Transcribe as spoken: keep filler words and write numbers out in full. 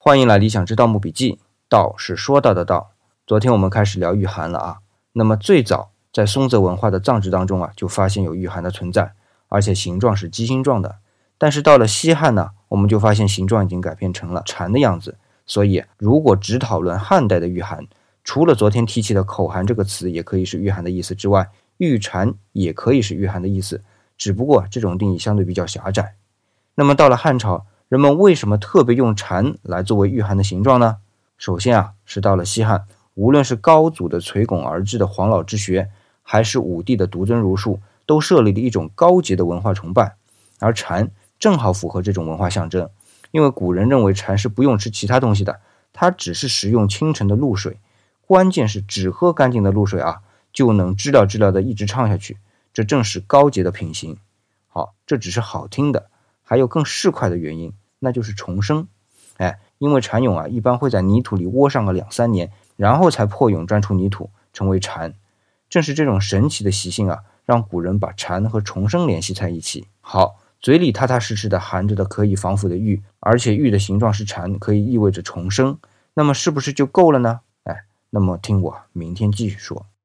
欢迎来理想之盗墓笔记，道是说到的道。昨天我们开始聊玉函了啊。那么最早在松泽文化的葬制当中啊，就发现有玉函的存在，而且形状是鸡心状的。但是到了西汉呢，我们就发现形状已经改变成了蝉的样子。所以如果只讨论汉代的玉函，除了昨天提起的口函这个词也可以是玉函的意思之外，玉蝉也可以是玉函的意思，只不过这种定义相对比较狭窄。那么到了汉朝，人们为什么特别用蝉来作为玉函的形状呢？首先啊，是到了西汉，无论是高祖的垂拱而治的黄老之学，还是武帝的独尊儒术，都设立了一种高洁的文化崇拜，而蝉正好符合这种文化象征。因为古人认为蝉是不用吃其他东西的，它只是食用清晨的露水，关键是只喝干净的露水啊，就能知了知了的一直唱下去，这正是高洁的品行。好，这只是好听的，还有更市侩的原因，那就是重生。哎，因为蝉蛹啊，一般会在泥土里窝上个两三年，然后才破蛹钻出泥土，成为蝉。正是这种神奇的习性啊，让古人把蝉和重生联系在一起。好，嘴里踏踏实实的含着的可以防腐的玉，而且玉的形状是蝉，可以意味着重生，那么是不是就够了呢？哎，那么听我明天继续说。